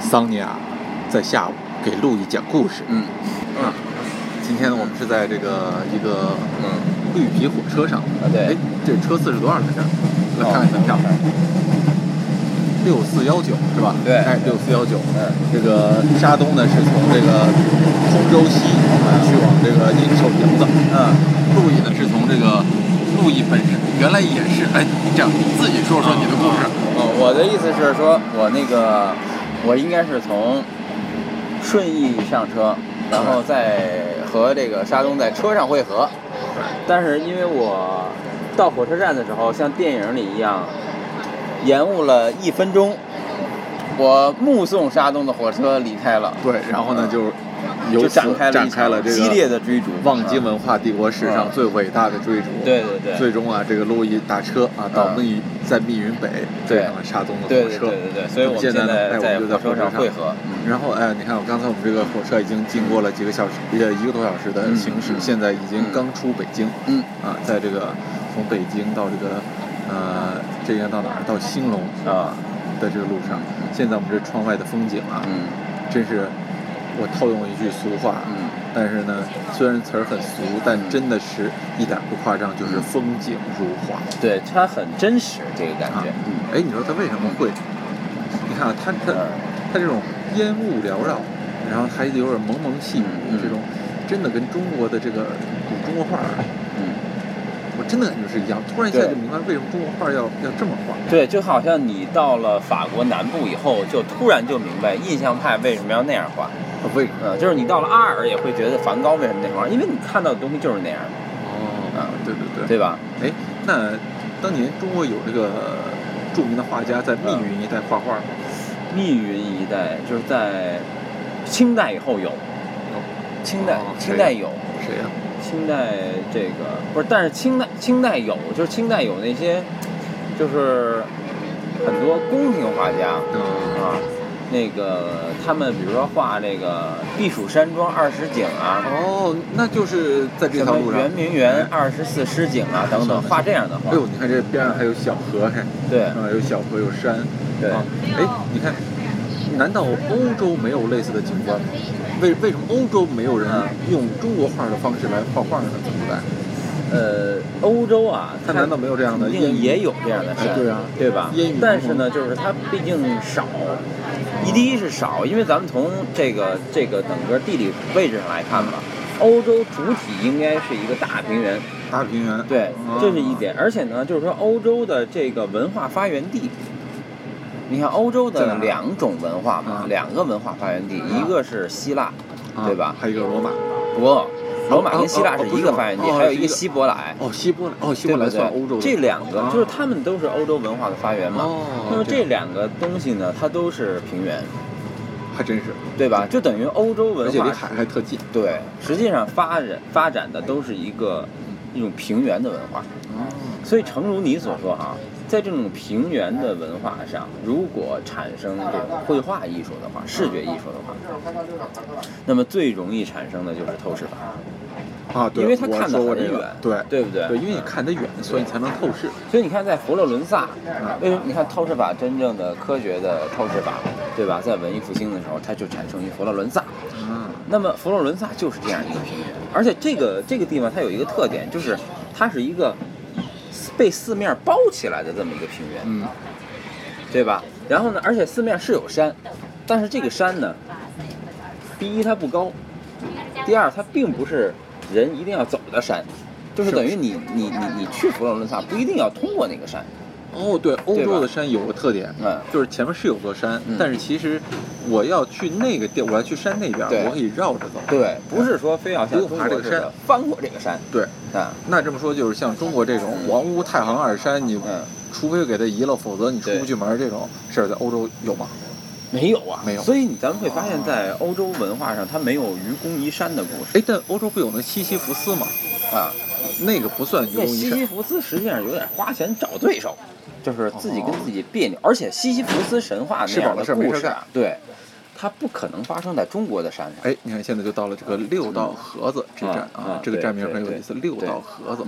桑尼亚在下午给路易讲故事。今天我们是在这个一个绿皮火车上。 对。 哎，这车次是多少来着？来看看门票。6419是吧？ 对。 哎，6419。这个沙东呢是从这个通州西去往这个银手营子。路易呢是从这个路易本身原来也是这样，你自己说说你的故事。 我的意思是说，我应该是从顺义上车，然后再和这个沙东在车上会合。但是因为我到火车站的时候，像电影里一样，延误了1分钟，我目送沙东的火车离开了。 对，然后呢就展开了这个激烈的追逐， 望京文化帝国史上最伟大的追逐。 对。 最终这个路易打车到在密云北追上了沙东的火车。 对。所以我们现在在火车上汇合。 然后你看刚才我们这个火车已经经过了几个小时，1个多小时的行驶，现在已经刚出北京。在这个从北京到这个这应该到哪儿？到兴隆的这个路上。现在我们这窗外的风景真是。我套用一句俗话，但是呢，虽然词儿很俗，但真的是一点不夸张，就是风景如画。 对，它很真实，这个感觉。 你说它为什么会？你看它这种烟雾缭绕，然后还有点蒙蒙细雨，这种真的跟中国的这个古中国画，我真的感觉是一样。突然一下就明白为什么中国画要这么画。 对，就好像你到了法国南部以后，就突然就明白印象派为什么要那样画。 为什么？ 就是你到了阿尔也会觉得梵高为什么那样画，因为你看到的东西就是那样的。对吧？ 那当年中国有这个著名的画家在密云一带画画。 密云一带就是在清代以后有。清代有谁呀？ 清代这个不是，但是清代有，就是清代有那些，就是很多宫廷画家那个他们比如说画这个避暑山庄20景那就是在这条路上， 圆明园24诗景等等，画这样的画。 你看这边上还有小河， 对， 有小河有山， 对你看，难道欧洲没有类似的景观吗？为什么欧洲没有人用中国画的方式来画画呢？怎么办？ 欧洲它难道没有这样的？ 也有这样的山，对吧？但是呢，就是它毕竟少。第一是少，因为咱们从这个整个地理位置上来看吧，欧洲主体应该是一个大平原。对，这是一点。而且呢，就是说欧洲的这个文化发源地，你看欧洲的2种文化嘛，2个文化发源地，一个是希腊，对吧？ 还有一个罗马。 罗马跟希腊是一个发源地，还有一个希伯来。 希伯来算欧洲的。 这2个就是他们都是欧洲文化的发源嘛。那么这2个东西呢，它都是平原。 还真是， 对吧？就等于欧洲文化， 而且离海还特近。 对，实际上发展的都是一种平原的文化。所以诚如你所说在这种平原的文化上，如果产生这种绘画艺术的话，视觉艺术的话，那么最容易产生的就是透视法。 对， 因为它看得很远，对不对？ 对，因为你看得远，所以你才能透视。 所以你看，在佛罗伦萨，为什么你看透视法真正的科学的透视法，对吧？在文艺复兴的时候，它就产生于佛罗伦萨。那么佛罗伦萨就是这样一个平原，而且这个地方它有一个特点，就是它是一个被四面包起来的这么一个平原，对吧？然后呢，而且四面是有山，但是这个山呢，第一它不高，第二它并不是人一定要走的山，就是等于你去佛罗伦萨不一定要通过那个山。 对，欧洲的山有个特点，就是前面是有座山，但是其实我要去那个地，我要去山那边，我可以绕着走。 对，不是说非要像中国似的翻过这个山。 对，那这么说就是像中国这种王屋太行二山，你除非给它移了，否则你出不去门这种事儿，在欧洲有吗？ 没有啊， 没有。 所以咱们会发现，在欧洲文化上，它没有愚公移山的故事。 但欧洲不有那西西弗斯吗？那个不算愚公移山。 西西弗斯实际上有点花钱找对手，就是自己跟自己别扭。而且西西弗斯神话那样的故事，对，它不可能发生在中国的山上。 你看现在就到了这个六道河子之战这个站名很有意思，六道河子。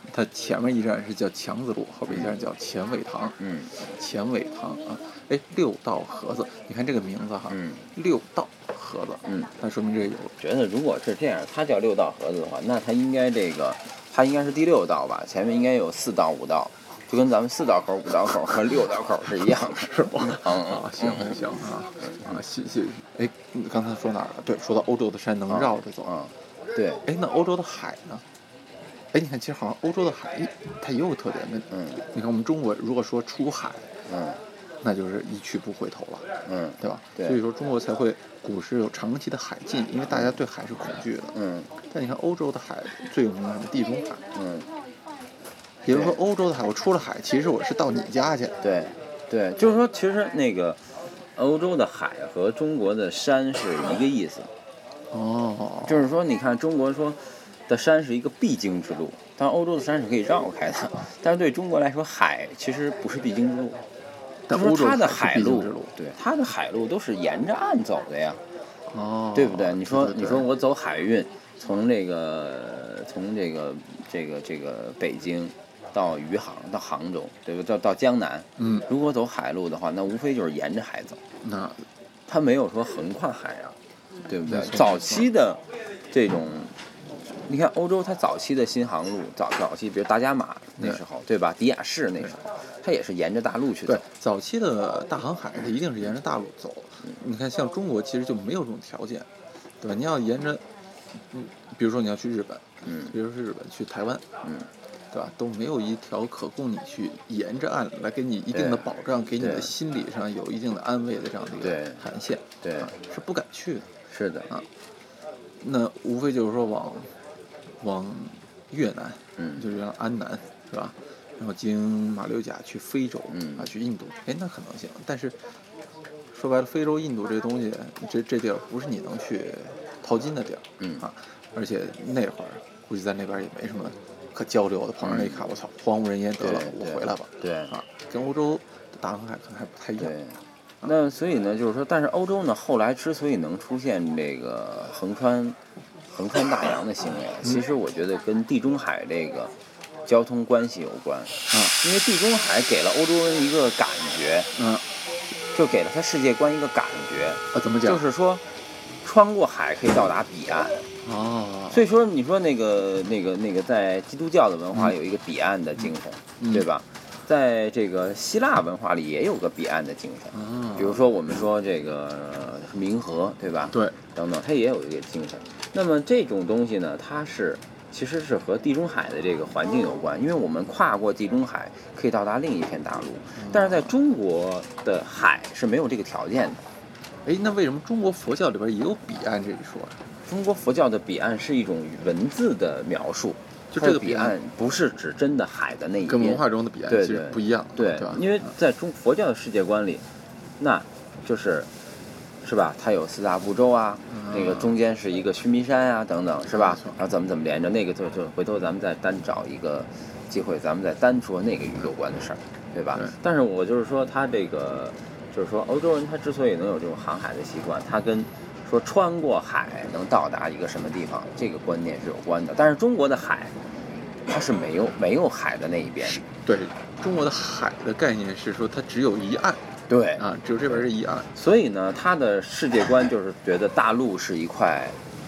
它前面一站是叫强子路，后边一站叫钱尾堂。钱尾堂啊，哎，六道盒子，你看这个名字哈，六道盒子，那说明这有。 觉得如果是这样，它叫六道盒子的话，那它应该它应该是第6道吧？前面应该有4道5道，就跟咱们4道口、5道口和6道口是一样的， 是吧？行谢。哎，你刚才说哪儿了？对，说到欧洲的山能绕着走。 对。 哎，那欧洲的海呢？哎，你看，其实好像欧洲的海它也有个特点的。你看我们中国如果说出海，那就是一去不回头了。对吧？ 对。 所以说中国才会古时有长期的海禁，因为大家对海是恐惧的。但你看欧洲的海最有名的是地中海。也就是说，欧洲的海我出了海，其实我是到你家去。 对，就是说，其实那个欧洲的海和中国的山是一个意思。就是说，你看中国说的山是一个必经之路，但欧洲的山是可以绕开的。但是对中国来说，海其实不是必经之路。 但欧洲它的海路， 对， 它的海路都是沿着岸走的呀。对不对？你说我走海运，从这个北京到余杭到杭州，对不对？到江南。如果走海路的话，那无非就是沿着海走。 那它没有说横跨海洋，对不对？早期的这种，你看欧洲它早期的新航路，早期比如达伽马那时候，对吧？迪亚士那时候，它也是沿着大陆去走。 对，早期的大航海它一定是沿着大陆走。你看，像中国其实就没有这种条件，对吧？你要沿着，比如说你要去日本，比如说去日本去台湾，对吧？都没有一条可供你去沿着岸来给你一定的保障，给你的心理上有一定的安慰的这样的一个海岸线，是不敢去的。 是的啊，那无非就是说往越南，就是让安南，是吧？然后经马六甲去非洲，去印度，哎，那可能行。但是说白了，非洲、印度这东西，这地儿不是你能去淘金的地儿，而且那会儿估计在那边也没什么可交流的，碰上那一看，我操，荒无人烟，得了，我回来吧。跟欧洲的大航海可能还不太一样。 那所以呢，就是说，但是欧洲呢，后来之所以能出现这个横穿大洋的行为，其实我觉得跟地中海这个交通关系有关。因为地中海给了欧洲人一个感觉，就给了他世界观一个感觉。 怎么讲？ 就是说，穿过海可以到达彼岸。所以说，你说那个，在基督教的文化有一个彼岸的精神，对吧？在这个希腊文化里也有个彼岸的精神，比如说我们说这个冥河，对吧？ 对， 等等，它也有一个精神。那么这种东西呢，它其实是和地中海的这个环境有关，因为我们跨过地中海可以到达另一片大陆，但是在中国的海是没有这个条件的。 哎，那为什么中国佛教里边也有彼岸这一说？ 中国佛教的彼岸是一种文字的描述。 就这个彼岸不是指真的海的那一边， 跟文化中的彼岸其实不一样， 对吧？因为在佛教的世界观里，那就是吧？它有4大部洲啊，那个中间是一个须弥山啊，等等，是吧？然后怎么连着，那个就回头咱们再单找一个机会，咱们再单说那个宇宙观的事儿，对吧？但是我就是说，他这个就是说，欧洲人他之所以能有这种航海的习惯，他跟说穿过海能到达一个什么地方，这个观念是有关的。但是中国的海，它是没有海的那一边。 对，中国的海的概念是说它只有一岸。 对啊，只有这边是一岸。 所以呢，他的世界观就是觉得大陆是一块，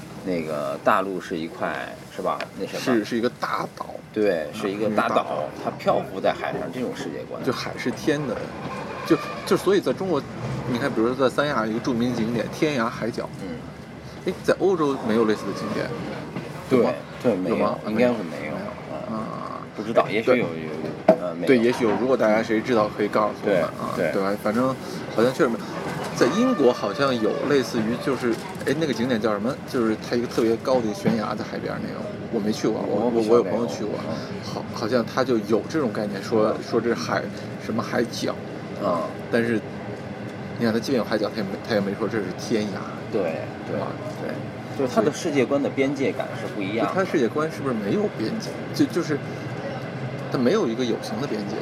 是吧？那什么？ 是一个大岛。 对，是一个大岛，它漂浮在海上，这种世界观。 就海是天的，就所以在中国。你看，比如说在三亚有一个著名景点天涯海角，在欧洲没有类似的景点， 对，没有吗？应该是没有不知道，也许有， 对，也许有。如果大家谁知道，可以告诉我们对吧？反正好像确实没有。在英国好像有类似于，就是那个景点叫什么？就是它一个特别高的悬崖在海边那个，我没去过，我有朋友去过，好像他就有这种概念，说这是什么海角但是。你看，他即便有海角，他也没说这是天涯， 对吧？对，就是他的世界观的边界感是不一样的。 他的世界观是不是没有边界？就是他没有一个有形的边界。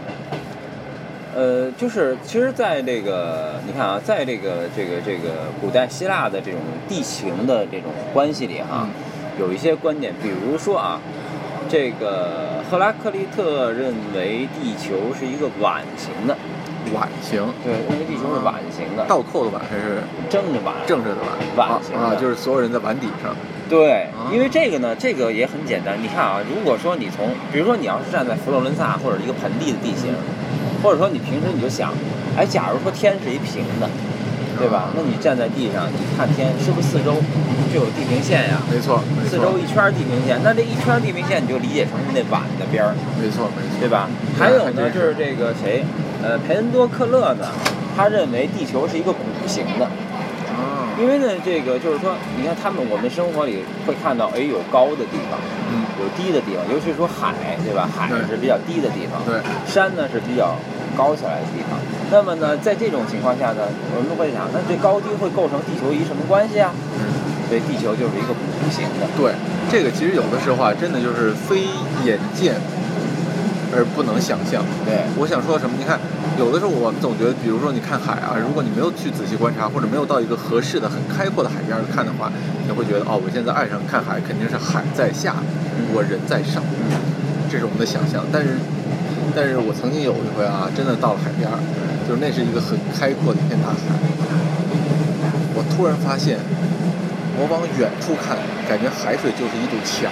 就是其实，在这个你看啊，在这个古代希腊的这种地形的这种关系里哈，有一些观点，比如说啊， 这个赫拉克利特认为地球是一个碗形的。 碗形， 对，认为地球是碗形的， 倒扣的碗还是正着碗？ 正着的碗形的就是所有人在碗底上。 对，因为这个呢，这个也很简单。你看啊，如果说你比如说你要是站在佛罗伦萨或者一个盆地的地形，或者说你平时你就想，哎，假如说天是一平的，对吧？那你站在地上，你看天是不是四周就有地平线呀？ 没错， 四周一圈地平线，那这一圈地平线你就理解成那碗的边儿。 没错， 对吧？还有呢，就是这个谁，培恩多克勒呢，他认为地球是一个鼓形的。因为呢，这个就是说，你看我们生活里会看到，哎，有高的地方，有低的地方，尤其是说海，对吧？海是比较低的地方， 对， 山呢是比较高起来的地方。那么呢，在这种情况下呢，我们会想，那这高低会构成地球仪什么关系啊？所以地球就是一个鼓形的。 对，这个其实有的时候啊，真的就是非眼见而不能想象。 对， 我想说什么？你看，有的时候我们总觉得，比如说你看海啊，如果你没有去仔细观察，或者没有到一个合适的、很开阔的海边看的话，你会觉得哦，我现在岸上看海，肯定是海在下，我人在上，这是我们的想象。但是我曾经有一回啊，真的到了海边，就是那是一个很开阔的一片大海，我突然发现，我往远处看，感觉海水就是一堵墙。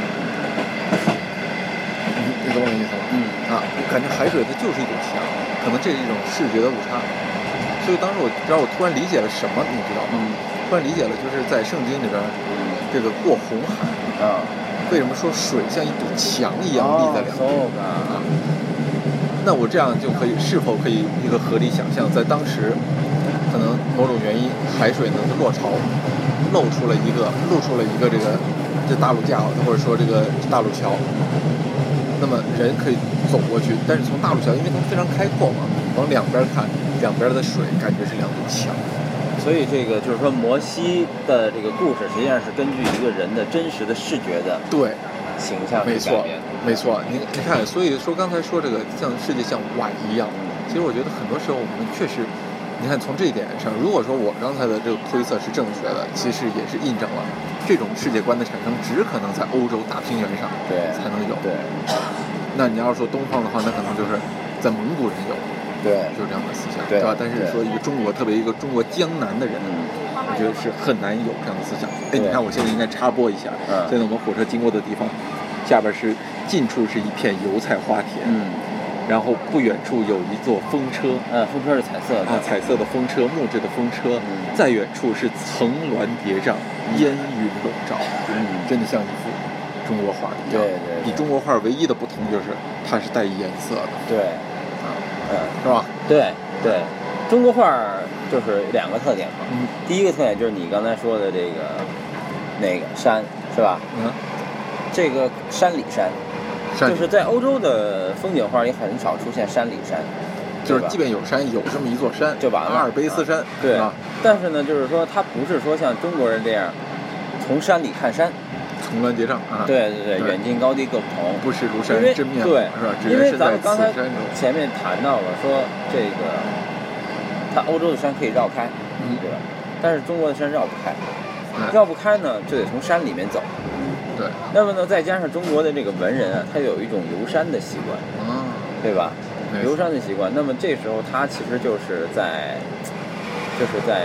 你懂我的意思吗？感觉海水它就是一堵墙，可能这是一种视觉的误差。所以当时我突然理解了什么，你知道吗？突然理解了，就是在圣经里边，这个过红海为什么说水像一堵墙一样立在两边那我这样是否可以一个合理想象，在当时可能某种原因，海水呢落潮，露出了一个这大陆架，或者说这个大陆桥。那么人可以走过去，但是从大陆桥，因为它非常开阔嘛，往两边看，两边的水感觉是两堵墙。 所以这个就是说，摩西的这个故事实际上是根据一个人的真实的视觉的形象去改编的。 没错，你看，所以说刚才说这个像世界像碗一样，其实我觉得很多时候我们确实，你看从这一点上，如果说我刚才的这个推测是正确的，其实也是印证了这种世界观的产生只可能在欧洲大平原上才能有。 对。 那你要说东方的话，那可能就是在蒙古人有。 对， 就是这样的思想，对吧？但是说一个中国，特别一个中国江南的人，我觉得是很难有这样的思想。哎，你看我现在应该插播一下，现在我们火车经过的地方，下边近处是一片油菜花田，然后不远处有一座风车， 风车是彩色的彩色的风车，木质的风车，再远处是层峦叠嶂，烟云笼罩，真的像一幅中国画一样。 对， 比中国画唯一的不同就是它是带颜色的。 对。 是吧？ 对，中国画就是两个特点嘛。第一个特点就是你刚才说的那个山，是吧？这个山里山，就是在欧洲的风景画里很少出现山里山， 就是即便有山，有这么一座山就完了， 阿尔卑斯山， 对吧？但是呢，就是说它不是说像中国人这样从山里看山。 层峦叠嶂对，远近高低各不同， 不识庐山真面目，是吧？ 因为咱们刚才前面谈到了说这个，它欧洲的山可以绕开，对吧？但是中国的山绕不开，绕不开呢，就得从山里面走。 对。 那么呢，再加上中国的这个文人啊，他有一种游山的习惯，对吧？游山的习惯。那么这时候他其实就是在这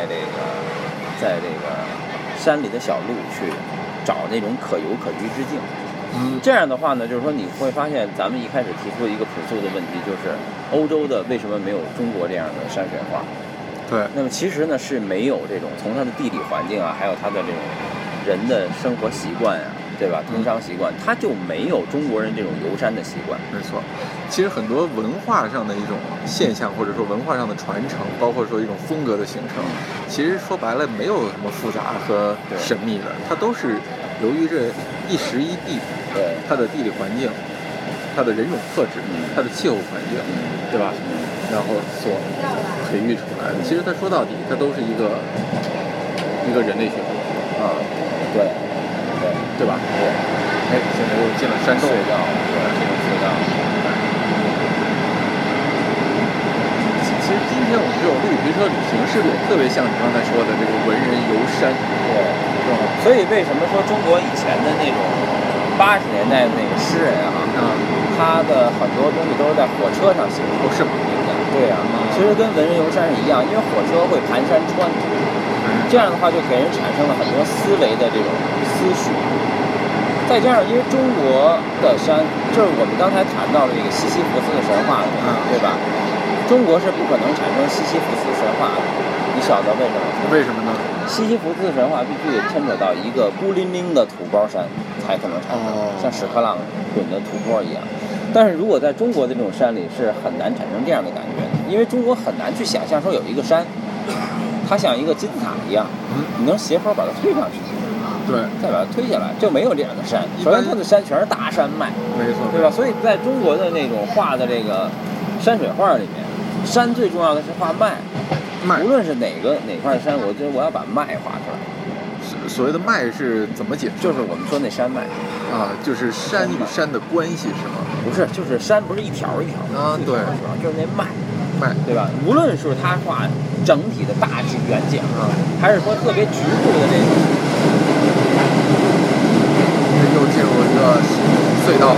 个山里的小路去找那种可游可居之境。这样的话呢，就是说你会发现，咱们一开始提出一个朴素的问题，就是欧洲的为什么没有中国这样的山水画？ 对。 那么其实呢是没有这种从它的地理环境啊，还有它的这种人的生活习惯啊，对吧？通商习惯，它就没有中国人这种游山的习惯。 没错。其实很多文化上的一种现象，或者说文化上的传承，包括说一种风格的形成，其实说白了没有什么复杂和神秘的，它都是由于这一时一地，它的地理环境，它的人种特质，它的气候环境，对吧？然后所培育出来的，其实它说到底，它都是一个人类学说对吧？ 对。 哎，现在又进了山洞， 进了隧道。 其实今天我们这种绿皮车旅行，是不是也特别像你刚才说的这个文人游山？ 对，所以为什么说中国以前的那种 80年代的那个诗人他的很多东西都是在火车上写的。 是吗？ 对啊，其实跟文人游山是一样，因为火车会盘山穿，这样的话就给人产生了很多思维的这种思绪。再加上因为中国的山，就是我们刚才谈到的这个西西弗斯的神话，对吧？中国是不可能产生西西弗斯神话的，你晓得为什么？ 为什么呢？ 西西弗斯神话必须得牵扯到一个孤零零的土包山才可能产生，像屎壳郎滚的土坡一样。但是如果在中国的这种山里是很难产生这样的感觉的，因为中国很难去想象说有一个山，它像一个金字塔一样，你能斜坡把它推上去， 对， 再把它推下来，就没有这样的山。首先它的山全是大山脉， 没错， 对吧？所以在中国的那种画的这个山水画里面，山最重要的是画脉，无论是哪块山，我觉得我要把脉画出来。 所谓的脉是怎么解释？ 就是我们说那山脉就是山与山的关系是吗？ 不是，就是山不是一条一条对， 就是那脉， 对吧？无论是他画整体的大景远景还是说特别局部的这种， 又进入一个隧道。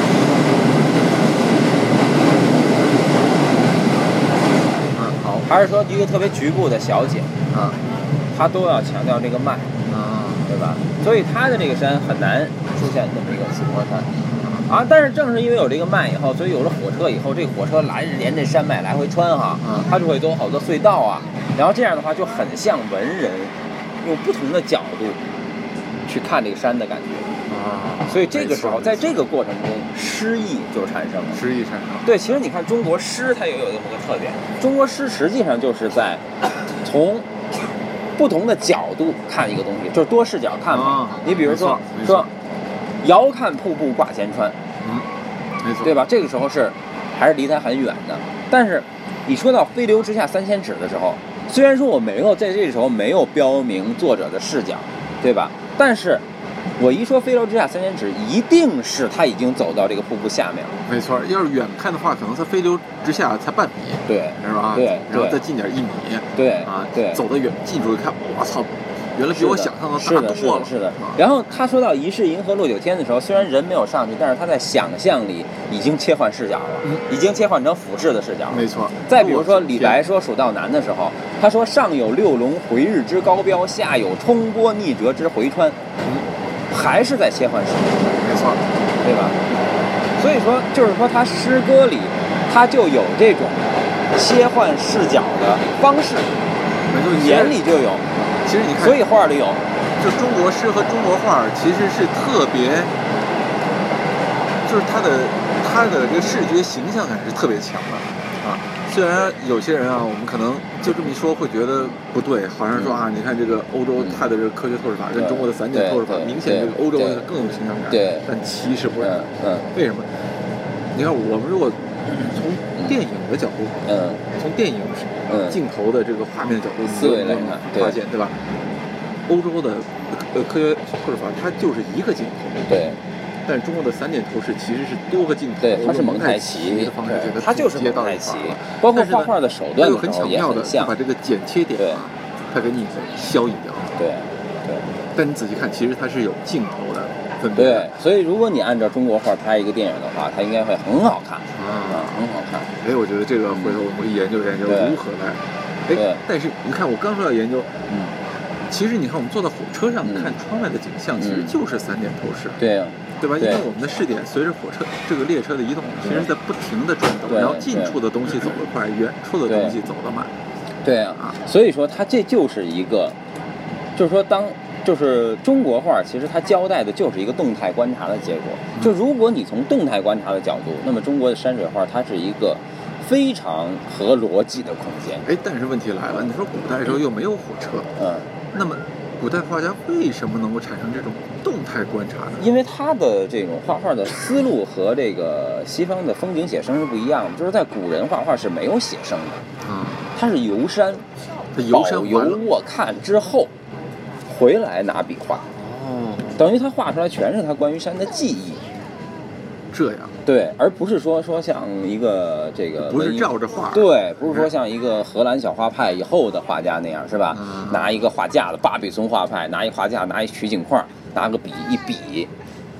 好， 还是说一个特别局部的小景他都要强调这个脉对吧？所以他的这个山很难出现这么一个死坡山但是正是因为有这个脉以后，所以有了火车以后，这个火车连这山脉来回穿它就会有好多隧道然后这样的话就很像文人用不同的角度去看这个山的感觉所以这个时候在这个过程中诗意就产生了。 诗意产生。 对，其实你看中国诗它也有这么个特点，中国诗实际上就是在从不同的角度看一个东西，就是多视角看法你比如说遥看瀑布挂前川没错， 对吧？这个时候还是离它很远的。但是你说到飞流直下3000尺的时候，虽然说我没有在这个时候没有标明作者的视角，对吧？但是我一说飞流直下3000尺，一定是他已经走到这个瀑布下面了。 没错，要是远看的话，可能它飞流直下才半米， 对， 是吧？ 对， 然后再近点1米， 对对，走得远，近处一看，我操！原来比我想象的大多了。 是的。然后他说到疑是银河落九天的时候，虽然人没有上去，但是他在想象里已经切换视角了，已经切换成俯视的视角了。 没错。 再比如说李白说蜀道难的时候，他说上有六龙回日之高标，下有冲波逆折之回川，还是在切换视角。 没错， 对吧？所以说就是说他诗歌里他就有这种切换视角的方式，语言里就有。 其实你看， 所以画里有， 就中国诗和中国画其实是特别，就是它的这个视觉形象感是特别强的虽然有些人我们可能就这么一说会觉得不对，好像说你看这个欧洲它的这个科学透视法跟中国的散点透视法，明显这个欧洲的更有形象感，但其实不是。为什么？你看我们如果从电影的角度，从电影镜头的这个画面的角度思维来看， 发现对吧？欧洲的科学透视法它就是一个镜头， 对。 但是中国的散点透视其实是多个镜头， 对，它是蒙太奇的方式， 它就是蒙太奇，包括画画的手段很巧妙的把这个剪切点它给你消隐掉， 对。 但你仔细看，其实它是有镜头的分别。 对，所以如果你按照中国画拍一个电影的话，它应该会很好看很好看。 我觉得这个回头我们研究研究如何来。但是你看，我刚说要研究，其实你看我们坐在火车上看窗外的景象，其实就是散点透视。对吧？因为我们的视点随着火车这个列车的移动，其实在不停的转动，然后近处的东西走得快，远处的东西走得慢。 所以说它这就是一个，就是说就是中国画，其实它交代的就是一个动态观察的结果。就如果你从动态观察的角度，那么中国的山水画它是一个非常合逻辑的空间。 但是问题来了，你说古代的时候又没有火车，那么古代画家为什么能够产生这种动态观察呢？ 因为他的这种画画的思路和这个西方的风景写生是不一样的，就是在古人画画是没有写生的，他是游山， 保游卧看之后回来拿笔画，等于他画出来全是他关于山的记忆。 这样对，而不是说像一个这个不是照着画， 对，不是说像一个荷兰小画派以后的画家那样，是吧？拿一个画架子，巴比松画派拿一画架，拿一取景框，拿个笔一比，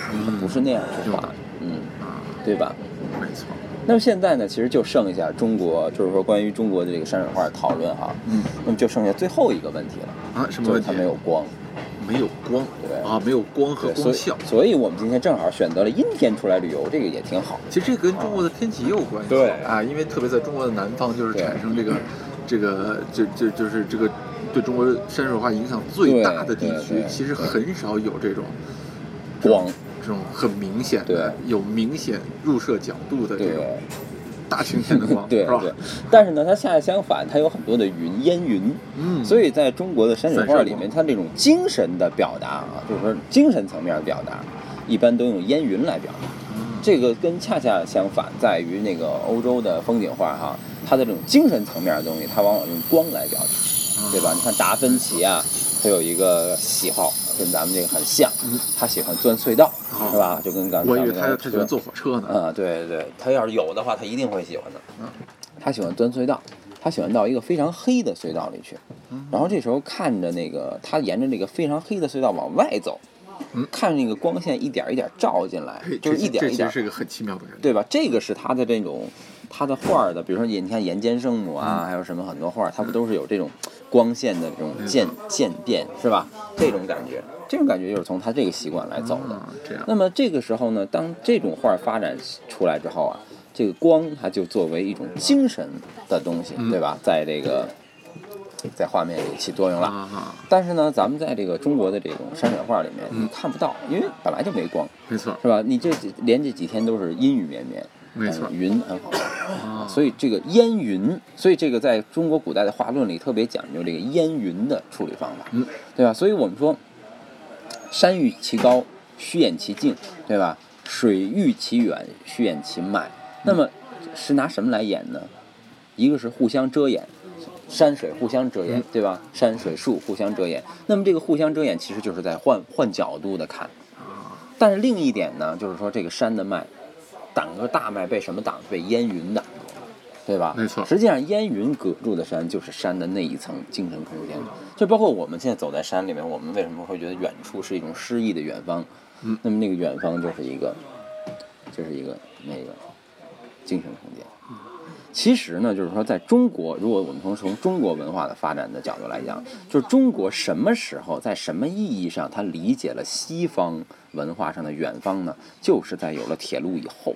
不是那样去画，对吧？ 没错。 那么现在呢，其实就剩下中国，就是说关于中国的这个山水画讨论哈，那么就剩下最后一个问题了什么问题？ 就是它没有光。 没有光，对没有光和光效， 所以我们今天正好选择了阴天出来旅游，这个也挺好。 其实这跟中国的天气也有关系， 对因为特别在中国的南方，就是产生就是这个对中国山水画影响最大的地区，其实很少有这种光， 这种很明显的、有明显入射角度的这种大晴天的光， 对，是吧？但是呢，它恰恰相反，它有很多的烟云，所以在中国的山水画里面，它这种精神的表达就是说精神层面的表达，一般都用烟云来表达。这个跟恰恰相反，在于那个欧洲的风景画它的这种精神层面的东西，它往往用光来表达，对吧？你看达芬奇他有一个喜好跟咱们这个很像，他喜欢钻隧道，是吧？就跟刚才我以为他喜欢坐火车呢。 对，他要是有的话，他一定会喜欢的。他喜欢钻隧道，他喜欢到一个非常黑的隧道里去，然后这时候看着那个他沿着这个非常黑的隧道往外走，看那个光线一点一点照进来，就是一点一点， 这是一个很奇妙的感觉， 对吧？这个是他的这种他的画的，比如说你看岩间圣母还有什么很多画，它不都是有这种光线的这种渐变，是吧？这种感觉就是从他这个习惯来走的。 这样。 那么这个时候呢，当这种画发展出来之后这个光它就作为一种精神的东西，对吧？在画面里起作用了。但是呢，咱们在这个中国的这种山水画里面，你看不到，因为本来就没光， 没错， 是吧？你这几天都是阴雨绵绵。 没错， 云很好，所以这个烟云，所以这个在中国古代的画论里特别讲究这个烟云的处理方法，对吧？所以我们说，山欲其高，虚掩其静，对吧？水欲其远，虚掩其脉。那么是拿什么来演呢？一个是互相遮掩，山水互相遮掩，对吧？山水树互相遮掩。那么这个互相遮掩其实就是在换角度的看。但是另一点呢，就是说这个山的脉。挡个大脉被什么挡？被烟云挡住，对吧？ 没错。 实际上，烟云隔住的山就是山的那一层精神空间。就包括我们现在走在山里面，我们为什么会觉得远处是一种诗意的远方？那么那个远方就是一个那个精神空间。其实呢，就是说，在中国，如果我们从中国文化的发展的角度来讲，就是中国什么时候在什么意义上，它理解了西方文化上的远方呢？就是在有了铁路以后。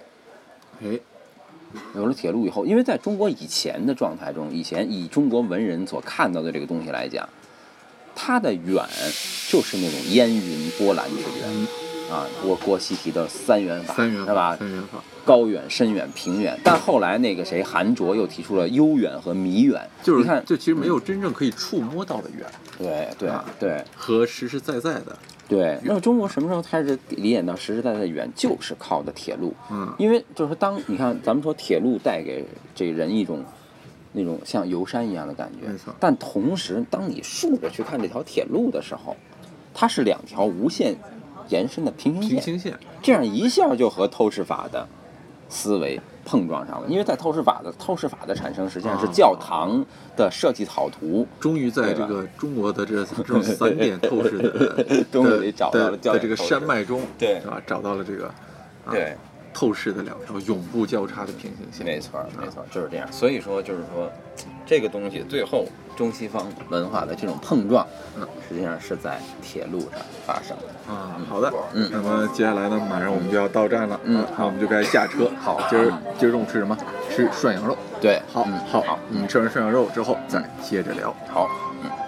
有了铁路以后，因为在中国以前的状态中，以中国文人所看到的这个东西来讲，它的远就是那种烟云波澜之远。郭熙提的三元法，是吧？ 三元法， 高远、深远、平远。但后来那个韩卓又提出了悠远和弥远， 就是你看， 就其实没有真正可以触摸到的远。 对， 和实实在在的。 对，那么中国什么时候开始理解到实实在在的远，就是靠的铁路。因为就是当你看，咱们说铁路带给这人一种那种像游山一样的感觉， 没错。 但同时，当你竖着去看这条铁路的时候，它是两条无限延伸的平行线，这样一下就和透视法的思维碰撞上了。因为在透视法的产生，实际上是教堂的设计草图， 终于在这个中国的这种3点透视的终于找到了在这个山脉中， 对， 是吧？找到了这个对透视的两条永不交叉的平行线。 没错，就是这样。所以说，就是说，这个东西最后中西方文化的这种碰撞，实际上是在铁路上发生的。 好的，那么接下来呢，马上我们就要到站了，那我们就该下车。 好， 今儿中午吃什么？吃涮羊肉。 对， 好，吃完涮羊肉之后再接着聊。 好，